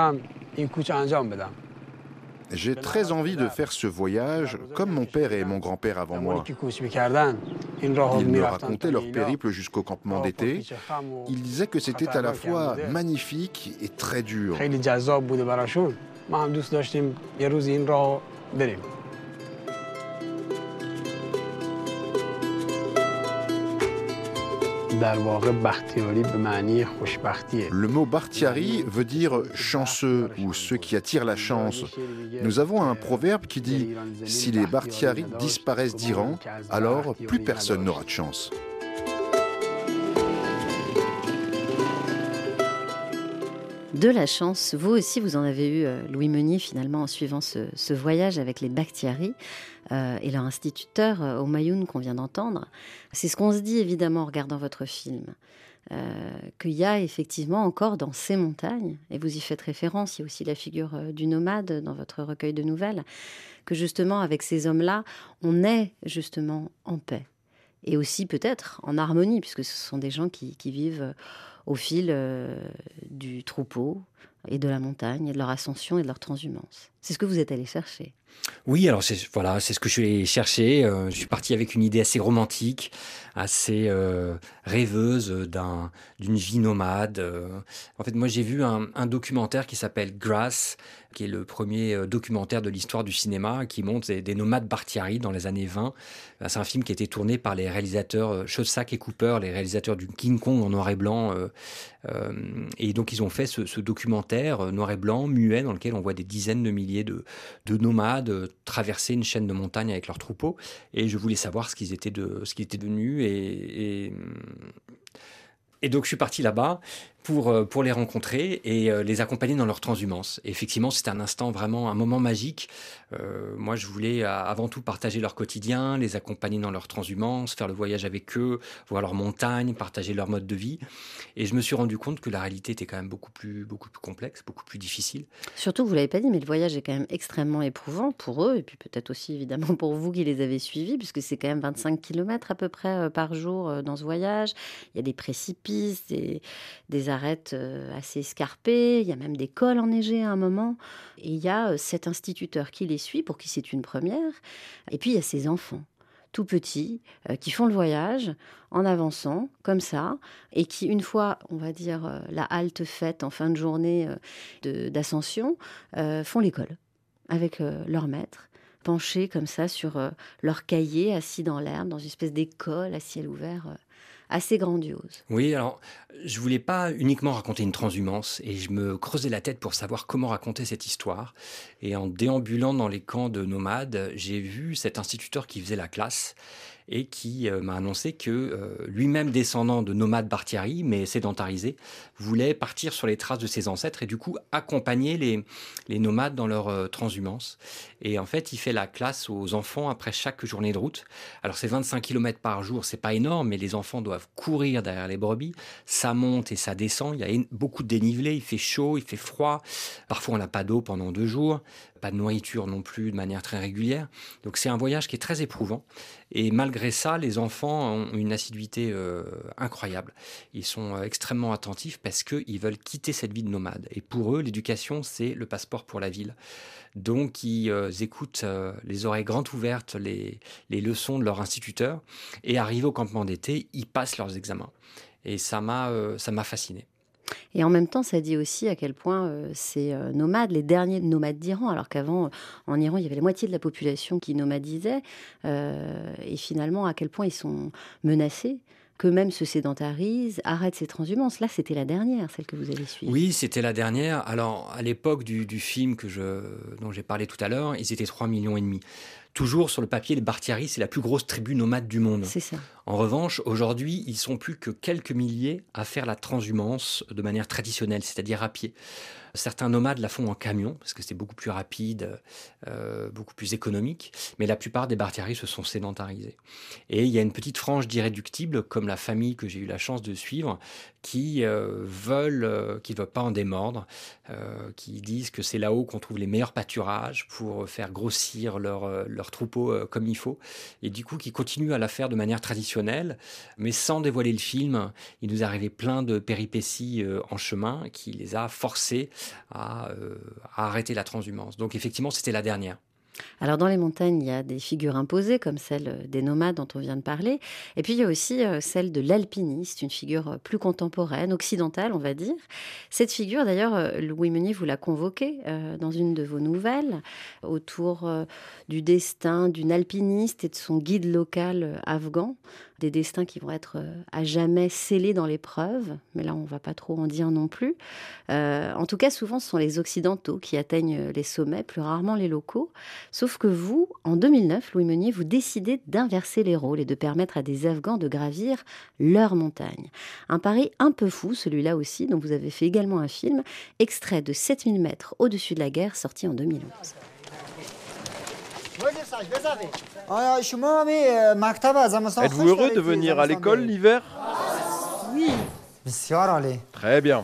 J'ai très envie de faire ce voyage comme mon père et mon grand-père avant moi. Ils me racontaient leur périple jusqu'au campement d'été. Ils disaient que c'était à la fois magnifique et très dur. Le mot Bakhtiari veut dire chanceux ou ceux qui attirent la chance. Nous avons un proverbe qui dit « Si les Bakhtiari disparaissent d'Iran, alors plus personne n'aura de chance ». De la chance, vous aussi vous en avez eu, Louis Meunier, finalement, en suivant ce voyage avec les Bakhtiaris et leur instituteur, Humayun, qu'on vient d'entendre. C'est ce qu'on se dit évidemment en regardant votre film, qu'il y a effectivement encore dans ces montagnes, et vous y faites référence, il y a aussi la figure du nomade dans votre recueil de nouvelles, que justement avec ces hommes-là, on est justement en paix. Et aussi peut-être en harmonie, puisque ce sont des gens qui vivent au fil du troupeau et de la montagne, et de leur ascension et de leur transhumance. C'est ce que vous êtes allé chercher. Oui, alors c'est ce que je suis allé chercher. Je suis parti avec une idée assez romantique, assez rêveuse d'une vie nomade. En fait, moi, j'ai vu un documentaire qui s'appelle Grass, qui est le premier documentaire de l'histoire du cinéma, qui montre des nomades Bakhtiari dans les années 20. C'est un film qui a été tourné par les réalisateurs Shostak et Cooper, les réalisateurs du King Kong en noir et blanc. Et donc, ils ont fait ce documentaire noir et blanc, muet, dans lequel on voit des dizaines de milliers de nomades traverser une chaîne de montagnes avec leurs troupeaux. Et je voulais savoir ce qu'ils étaient devenus. Et donc, je suis parti là-bas pour les rencontrer et les accompagner dans leur transhumance. Et effectivement, c'était un instant vraiment, un moment magique. Moi, je voulais avant tout partager leur quotidien, les accompagner dans leur transhumance, faire le voyage avec eux, voir leurs montagnes, partager leur mode de vie. Et je me suis rendu compte que la réalité était quand même beaucoup plus complexe, beaucoup plus difficile. Surtout, vous l'avez pas dit, mais le voyage est quand même extrêmement éprouvant pour eux, et puis peut-être aussi évidemment pour vous qui les avez suivis, puisque c'est quand même 25 km à peu près par jour dans ce voyage. Il y a des précipices, des arêtes assez escarpées, il y a même des cols enneigés à un moment. Et il y a cet instituteur qui les suit, pour qui c'est une première. Et puis il y a ces enfants, tout petits, qui font le voyage en avançant, comme ça, et qui, une fois, on va dire, la halte faite en fin de journée d'ascension, font l'école avec leur maître, penchés comme ça sur leur cahier, assis dans l'herbe, dans une espèce d'école à ciel ouvert, assez grandiose. Oui, alors je voulais pas uniquement raconter une transhumance et je me creusais la tête pour savoir comment raconter cette histoire. Et en déambulant dans les camps de nomades, j'ai vu cet instituteur qui faisait la classe et qui m'a annoncé que lui-même descendant de nomades Bartiari, mais sédentarisé, voulait partir sur les traces de ses ancêtres et du coup accompagner les nomades dans leur transhumance. Et en fait, il fait la classe aux enfants après chaque journée de route. Alors c'est 25 km par jour, c'est pas énorme, mais les enfants doivent courir derrière les brebis. Ça monte et ça descend, il y a beaucoup de dénivelé, il fait chaud, il fait froid. Parfois on n'a pas d'eau pendant 2 jours, pas de nourriture non plus de manière très régulière. Donc c'est un voyage qui est très éprouvant. Et malgré ça, les enfants ont une assiduité incroyable. Ils sont extrêmement attentifs parce qu'ils veulent quitter cette vie de nomade. Et pour eux, l'éducation, c'est le passeport pour la ville. Donc ils écoutent les oreilles grandes ouvertes les leçons de leur instituteur. Et arrivés au campement d'été, ils passent leurs examens. Et ça m'a fasciné. Et en même temps, ça dit aussi à quel point ces nomades, les derniers nomades d'Iran, alors qu'avant, en Iran, il y avait la moitié de la population qui nomadisait, et finalement, à quel point ils sont menacés, qu'eux-mêmes se sédentarisent, arrêtent ces transhumances. Là, c'était la dernière, celle que vous avez suivie. Oui, c'était la dernière. Alors, à l'époque du film dont j'ai parlé tout à l'heure, ils étaient 3,5 millions. Toujours sur le papier, les Bartiari, c'est la plus grosse tribu nomade du monde. C'est ça. En revanche, aujourd'hui, ils sont plus que quelques milliers à faire la transhumance de manière traditionnelle, c'est-à-dire à pied. Certains nomades la font en camion, parce que c'est beaucoup plus rapide, beaucoup plus économique, mais la plupart des Bartiari se sont sédentarisés. Et il y a une petite frange d'irréductibles, comme la famille que j'ai eu la chance de suivre, qui veulent pas en démordre, qui disent que c'est là-haut qu'on trouve les meilleurs pâturages pour faire grossir leur troupeau comme il faut, et du coup qui continuent à la faire de manière traditionnelle, mais sans dévoiler le film. Il nous est arrivé plein de péripéties en chemin qui les a forcés à arrêter la transhumance. Donc effectivement, c'était la dernière. Alors dans les montagnes, il y a des figures imposées comme celle des nomades dont on vient de parler. Et puis il y a aussi celle de l'alpiniste, une figure plus contemporaine, occidentale on va dire. Cette figure d'ailleurs, Louis Meunier, vous l'a convoquée dans une de vos nouvelles autour du destin d'une alpiniste et de son guide local afghan. Des destins qui vont être à jamais scellés dans l'épreuve, mais là on ne va pas trop en dire non plus. En tout cas, souvent ce sont les Occidentaux qui atteignent les sommets, plus rarement les locaux. Sauf que vous, en 2009, Louis Meunier, vous décidez d'inverser les rôles et de permettre à des Afghans de gravir leur montagne. Un pari un peu fou, celui-là aussi, dont vous avez fait également un film, extrait de 7000 mètres au-dessus de la guerre, sorti en 2011. Êtes-vous heureux de venir à l'école l'hiver? Oui. Très bien.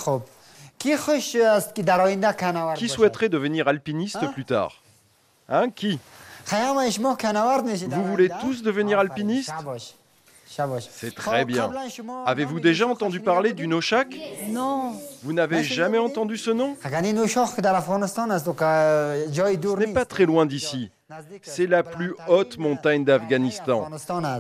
Qui souhaiterait devenir alpiniste plus tard? Hein, qui? Vous voulez tous devenir alpinistes? C'est très bien. Avez-vous déjà entendu parler du Noshak? Non. Vous n'avez jamais entendu ce nom? Ce n'est pas très loin d'ici. C'est la plus haute montagne d'Afghanistan.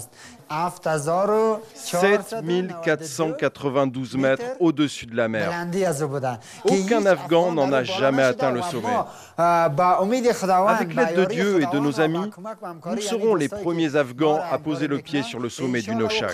7492 mètres au-dessus de la mer. Aucun Afghan n'en a jamais atteint le sommet. Avec l'aide de Dieu et de nos amis, nous serons les premiers Afghans à poser le pied sur le sommet du Noshak.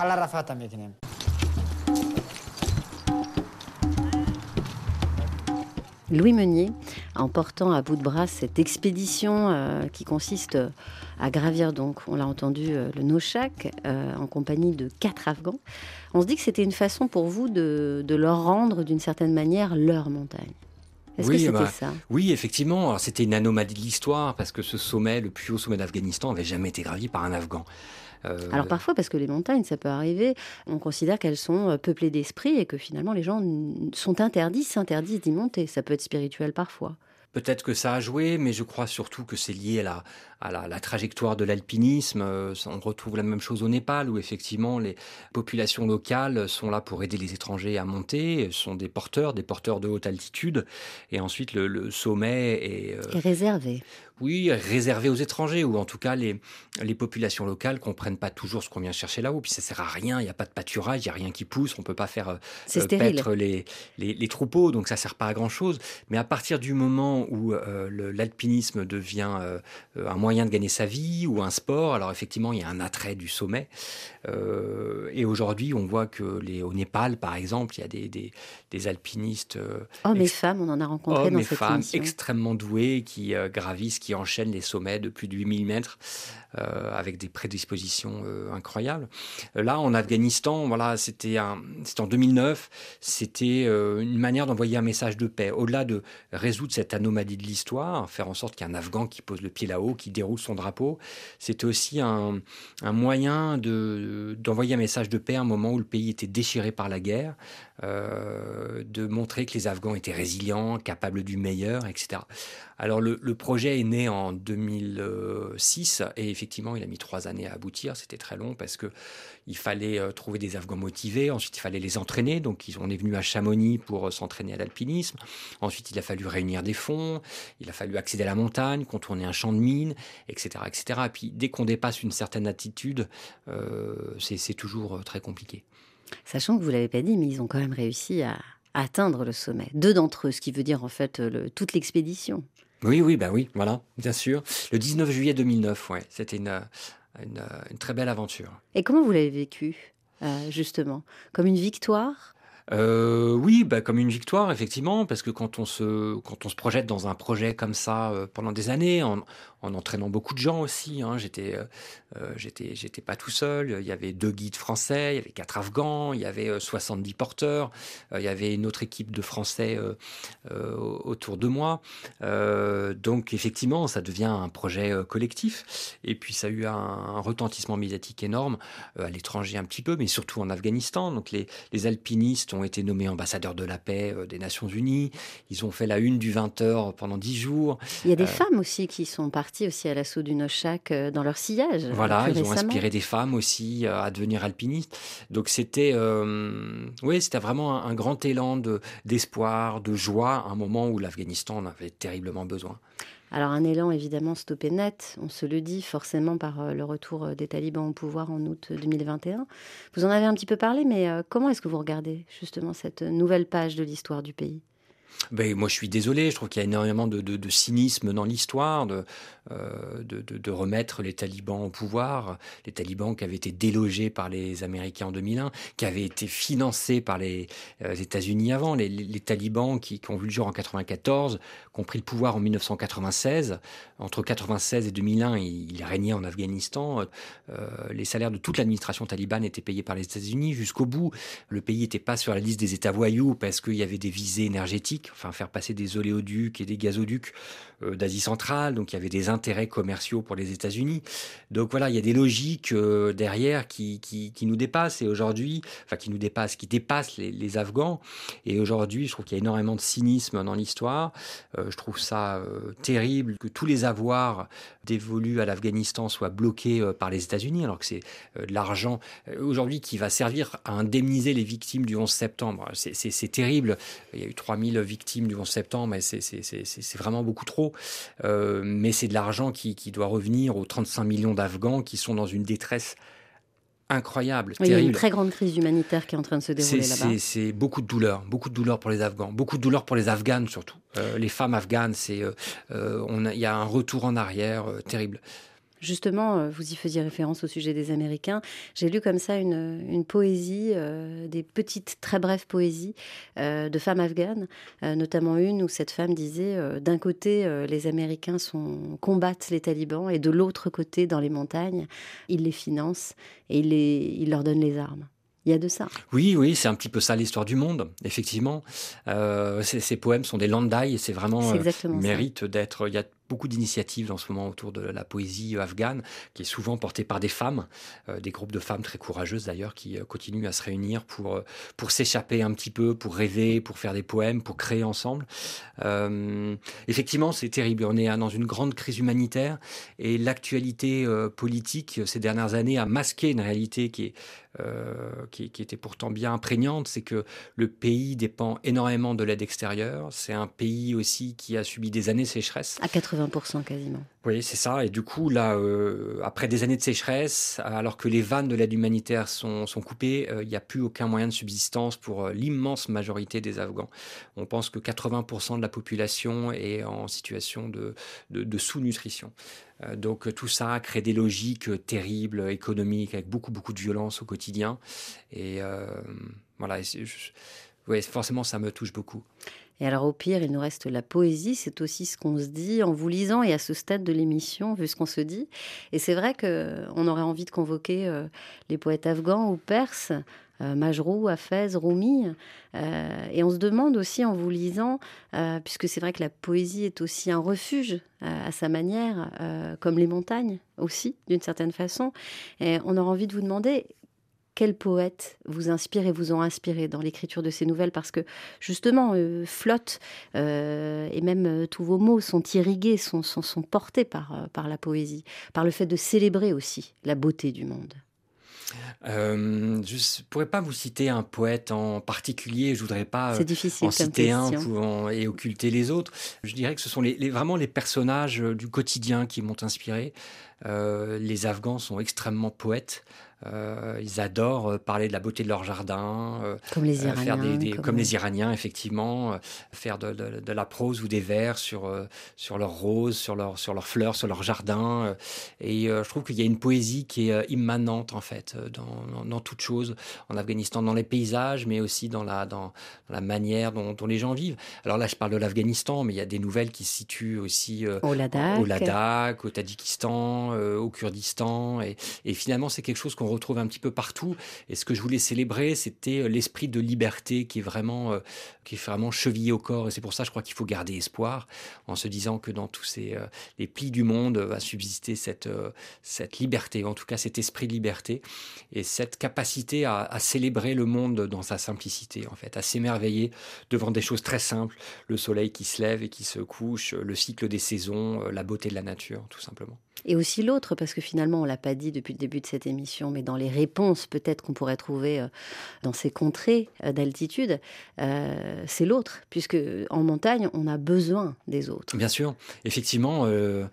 Louis Meunier, en portant à bout de bras cette expédition qui consiste à gravir, donc, on l'a entendu, le Noshak, en compagnie de 4 Afghans. On se dit que c'était une façon pour vous de leur rendre, d'une certaine manière, leur montagne. Est-ce que c'était ça? Oui, effectivement. Alors, c'était une anomalie de l'histoire, parce que ce sommet, le plus haut sommet d'Afghanistan, n'avait jamais été gravi par un Afghan. Alors parfois, parce que les montagnes, ça peut arriver, on considère qu'elles sont peuplées d'esprits et que finalement les gens s'interdisent d'y monter. Ça peut être spirituel parfois. Peut-être que ça a joué, mais je crois surtout que c'est lié à la trajectoire de l'alpinisme. On retrouve la même chose au Népal, où effectivement les populations locales sont là pour aider les étrangers à monter, sont des porteurs de haute altitude, et ensuite le sommet est réservé. oui, réservé aux étrangers, ou en tout cas les populations locales comprennent pas toujours ce qu'on vient chercher là-haut. Puis ça sert à rien, il n'y a pas de pâturage, il n'y a rien qui pousse, on peut pas faire paître les troupeaux, donc ça sert pas à grand-chose. Mais à partir du moment où l'alpinisme devient un moyen de gagner sa vie ou un sport, alors effectivement il y a un attrait du sommet. Et aujourd'hui on voit que au Népal par exemple, il y a des alpinistes hommes et femmes, on en a rencontré dans cette émission, extrêmement doués qui gravissent, qui enchaînent les sommets de plus de 8000 mètres avec des prédispositions incroyables. Là, en Afghanistan, voilà, c'était en 2009, c'était une manière d'envoyer un message de paix. Au-delà de résoudre cette anomalie de l'histoire, faire en sorte qu'il y ait un Afghan qui pose le pied là-haut, qui déroule son drapeau, c'était aussi un moyen d'envoyer un message de paix à un moment où le pays était déchiré par la guerre, de montrer que les Afghans étaient résilients, capables du meilleur, etc. Alors le projet est né en 2006 et effectivement il a mis 3 années à aboutir. C'était très long parce que il fallait trouver des Afghans motivés. Ensuite il fallait les entraîner. Donc on est venu à Chamonix pour s'entraîner à l'alpinisme. Ensuite il a fallu réunir des fonds. Il a fallu accéder à la montagne, contourner un champ de mines, etc., etc. Et puis dès qu'on dépasse une certaine altitude, c'est toujours très compliqué. Sachant que vous l'avez pas dit, mais ils ont quand même réussi à atteindre le sommet. 2 d'entre eux, ce qui veut dire en fait toute l'expédition. Oui, voilà, bien sûr. Le 19 juillet 2009, ouais, c'était une très belle aventure. Et comment vous l'avez vécu, justement ? Comme une victoire ? Oui, comme une victoire, effectivement, parce que quand on se projette dans un projet comme ça pendant des années, en entraînant beaucoup de gens aussi, hein, j'étais pas tout seul. Il y avait 2 guides français, il y avait 4 Afghans, il y avait 70 porteurs, il y avait une autre équipe de Français autour de moi. Donc effectivement, ça devient un projet collectif. Et puis ça a eu un retentissement médiatique énorme à l'étranger un petit peu, mais surtout en Afghanistan. Donc les alpinistes ont été nommés ambassadeurs de la paix des Nations Unies. Ils ont fait la une du 20h pendant 10 jours. Il y a des femmes aussi qui sont parties aussi à l'assaut du Noshak dans leur sillage. Voilà, ils récemment. ont inspiré des femmes aussi à devenir alpinistes. Donc c'était vraiment un grand élan d'espoir, de joie, à un moment où l'Afghanistan en avait terriblement besoin. Alors un élan évidemment stoppé net, on se le dit forcément par le retour des talibans au pouvoir en août 2021. Vous en avez un petit peu parlé, mais comment est-ce que vous regardez justement cette nouvelle page de l'histoire du pays ? Moi, je suis désolé. Je trouve qu'il y a énormément de cynisme dans l'histoire, de remettre les talibans au pouvoir. Les talibans qui avaient été délogés par les Américains en 2001, qui avaient été financés par les États-Unis avant. Les talibans qui ont vu le jour en 94, qui ont pris le pouvoir en 1996. Entre 96 et 2001, ils régnaient en Afghanistan. Les salaires de toute l'administration talibane étaient payés par les États-Unis jusqu'au bout. Le pays n'était pas sur la liste des États voyous parce qu'il y avait des visées énergétiques. Enfin, faire passer des oléoducs et des gazoducs d'Asie centrale, donc il y avait des intérêts commerciaux pour les États-Unis. Donc voilà, il y a des logiques derrière qui nous dépassent et aujourd'hui, qui dépassent les Afghans. Et aujourd'hui, je trouve qu'il y a énormément de cynisme dans l'histoire. Je trouve ça terrible que tous les avoirs dévolus à l'Afghanistan soient bloqués par les États-Unis, alors que c'est de l'argent aujourd'hui qui va servir à indemniser les victimes du 11 septembre. C'est terrible. Il y a eu 3000 victimes du 11 septembre, et c'est vraiment beaucoup trop. Mais c'est de l'argent qui doit revenir aux 35 millions d'Afghans qui sont dans une détresse incroyable, terrible. Il y a une très grande crise humanitaire qui est en train de se dérouler là-bas. C'est beaucoup de douleur pour les Afghans, beaucoup de douleur pour les Afghanes surtout. Les femmes afghanes, il y a un retour en arrière terrible. Justement, vous y faisiez référence au sujet des Américains. J'ai lu comme ça une poésie, des petites, très brèves poésies de femmes afghanes, notamment une où cette femme disait d'un côté, les Américains combattent les talibans et de l'autre côté, dans les montagnes, ils les financent et ils leur donnent les armes. Il y a de ça. Oui, c'est un petit peu ça l'histoire du monde, effectivement. Ces poèmes sont des landailles et c'est vraiment mérite d'être... Il y a beaucoup d'initiatives en ce moment autour de la poésie afghane, qui est souvent portée par des femmes, des groupes de femmes très courageuses d'ailleurs, qui continuent à se réunir pour s'échapper un petit peu, pour rêver, pour faire des poèmes, pour créer ensemble. Effectivement, c'est terrible. On est dans une grande crise humanitaire et l'actualité politique ces dernières années a masqué une réalité qui était pourtant bien prégnante, c'est que le pays dépend énormément de l'aide extérieure. C'est un pays aussi qui a subi des années de sécheresse. À 80% quasiment. Oui, c'est ça. Et du coup, là, après des années de sécheresse, alors que les vannes de l'aide humanitaire sont coupées, il n'y a plus aucun moyen de subsistance pour l'immense majorité des Afghans. On pense que 80% de la population est en situation de sous-nutrition. Donc tout ça crée des logiques terribles, économiques, avec beaucoup de violence au quotidien. Et voilà, forcément, ça me touche beaucoup. Et alors au pire, il nous reste la poésie, c'est aussi ce qu'on se dit en vous lisant et à ce stade de l'émission, vu ce qu'on se dit. Et c'est vrai qu'on aurait envie de convoquer les poètes afghans ou perses, Majrou, Hafez, Rumi. Et on se demande aussi en vous lisant, puisque c'est vrai que la poésie est aussi un refuge à sa manière, comme les montagnes aussi, d'une certaine façon. Et on aurait envie de vous demander... Quels poètes vous inspirent et vous ont inspiré dans l'écriture de ces nouvelles? Parce que justement, Flotte et même tous vos mots sont irrigués, sont portés par la poésie, par le fait de célébrer aussi la beauté du monde. Je ne pourrais pas vous citer un poète en particulier, je ne voudrais pas en citer un et occulter les autres. Je dirais que ce sont vraiment les personnages du quotidien qui m'ont inspiré. Les Afghans sont extrêmement poètes. Ils adorent parler de la beauté de leur jardin, comme les Iraniens, comme les Iraniens effectivement, faire de la prose ou des vers sur leurs roses, sur leurs fleurs, sur leur jardin. Et je trouve qu'il y a une poésie qui est immanente en fait dans toute chose en Afghanistan, dans les paysages, mais aussi dans la manière dont les gens vivent. Alors là, je parle de l'Afghanistan, mais il y a des nouvelles qui se situent aussi au Ladakh, au Tadjikistan, au Kurdistan, et finalement c'est quelque chose qu'on retrouve un petit peu partout. Et ce que je voulais célébrer, c'était l'esprit de liberté qui est vraiment chevillé au corps. Et c'est pour ça, je crois qu'il faut garder espoir en se disant que dans tous les plis du monde va subsister cette liberté, en tout cas cet esprit de liberté et cette capacité à célébrer le monde dans sa simplicité, en fait, à s'émerveiller devant des choses très simples, le soleil qui se lève et qui se couche, le cycle des saisons, la beauté de la nature, tout simplement. Et aussi l'autre, parce que finalement, on ne l'a pas dit depuis le début de cette émission, mais dans les réponses peut-être qu'on pourrait trouver dans ces contrées d'altitude, c'est l'autre, puisque en montagne, on a besoin des autres. Bien sûr, effectivement,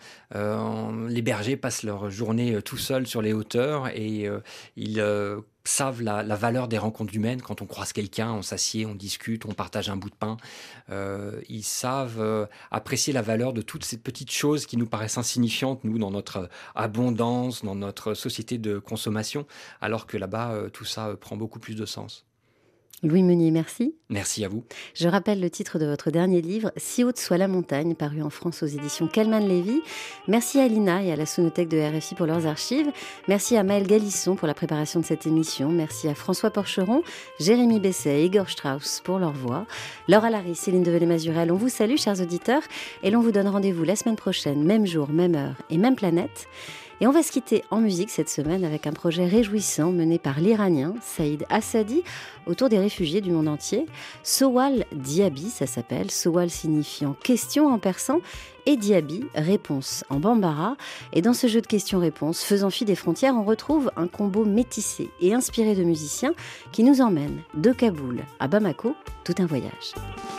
les bergers passent leur journée tout seuls sur les hauteurs et ils savent la valeur des rencontres humaines. Quand on croise quelqu'un, on s'assied, on discute, on partage un bout de pain. Ils savent apprécier la valeur de toutes ces petites choses qui nous paraissent insignifiantes, nous, dans notre abondance, dans notre société de consommation, alors que là-bas, tout ça prend beaucoup plus de sens. Louis Meunier, merci. Merci à vous. Je rappelle le titre de votre dernier livre, Si haute soit la montagne, paru en France aux éditions Calman Lévy. Merci à Lina et à la Sonothèque de RFI pour leurs archives. Merci à Maëlle Galisson pour la préparation de cette émission. Merci à François Porcheron, Jérémy Besset et Igor Strauss pour leur voix. Laura Larry, Céline Develay-Mazurel, on vous salue, chers auditeurs, et l'on vous donne rendez-vous la semaine prochaine, même jour, même heure et même planète. Et on va se quitter en musique cette semaine avec un projet réjouissant mené par l'Iranien Saïd Assadi autour des réfugiés du monde entier. Sowal Diaby, ça s'appelle. Sowal signifiant question en persan et Diaby, réponse en bambara. Et dans ce jeu de questions-réponses, faisant fi des frontières, on retrouve un combo métissé et inspiré de musiciens qui nous emmène de Kaboul à Bamako, tout un voyage.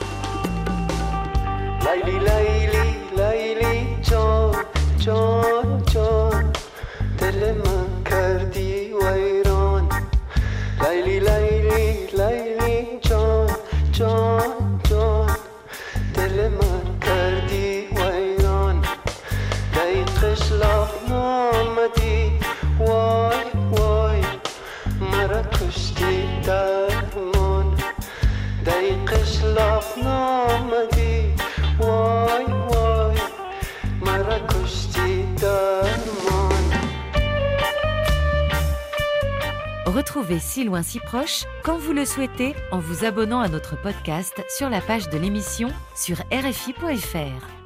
Laili, laili, laili, John, John, John, دل من کردی ویران لیلی لیلی لیلی جان جان جان دل من کردی ویران دی قشلاق نامدی وای وای مرا کشتی درمان دی قشلاق نامدی وای وای مرا کشتی درمان. Retrouvez Si loin si proche quand vous le souhaitez en vous abonnant à notre podcast sur la page de l'émission sur rfi.fr.